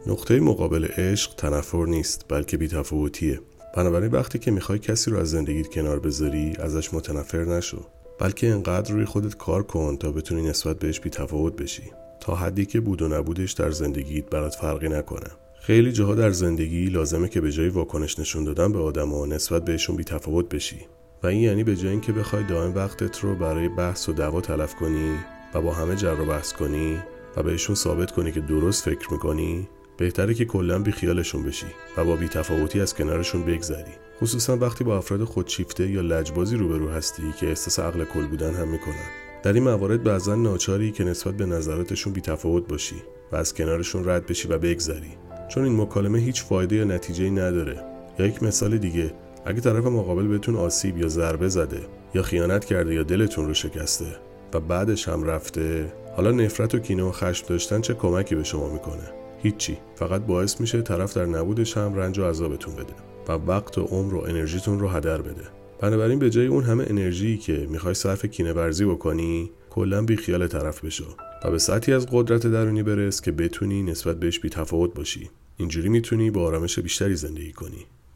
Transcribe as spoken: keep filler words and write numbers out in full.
نقطه مقابل عشق تنفر نیست، بلکه بی‌تفاوتیه. بنابراین وقتی که میخوای کسی رو از زندگیت کنار بذاری، ازش متنفر نشو، بلکه انقدر روی خودت کار کن تا بتونی نسبت بهش بی‌تفاوت بشی، تا حدی که بود و نبودش در زندگیت برات فرقی نکنه. خیلی جاها در زندگی لازمه که به جای واکنش نشون دادن به آدما نسبت بهشون بی‌تفاوت بشی، و این یعنی به جای اینکه بخوای دائم وقتت رو برای بحث و دعوا تلف کنی و با همه جر و بحث کنی و بهشون ثابت کنی که درست فکر میکنی، بهتره که کلاً بی خیالشون بشی و با بی‌تفاوتی از کنارشون بگذری. خصوصا وقتی با افراد خودشیفته یا لجبازی روبرو هستی که احساس عقل کل بودن هم میکنن. در این موارد بعضا ناچاری که نسبت به نظراتشون بی‌تفاوت باشی و از کنارشون رد بشی و بگذری، چون این مکالمه هیچ فایده یا نتیجه‌ای نداره. یا یک مثال دیگه، اگه طرف مقابل بهتون آسیب یا ضربه زده یا خیانت کرده یا دلتون رو شکسته و بعدش هم رفته، حالا نفرت و کینه و خشم داشتن چه کمکی به شما میکنه؟ هیچی. فقط باعث میشه طرف در نبودش هم رنج و عذابتون بده و وقت و عمر و انرژیتون رو هدر بده. بنابراین به جای اون همه انرژی که میخوای صرف کینه ورزی بکنی، کلاً بی خیال طرف بشو و به سطحی از قدرت درونی برس که بتونی نسبت بهش بی‌تفاوت باشی. اینجوری میتونی با آرامش بیشتری زندگی کنی.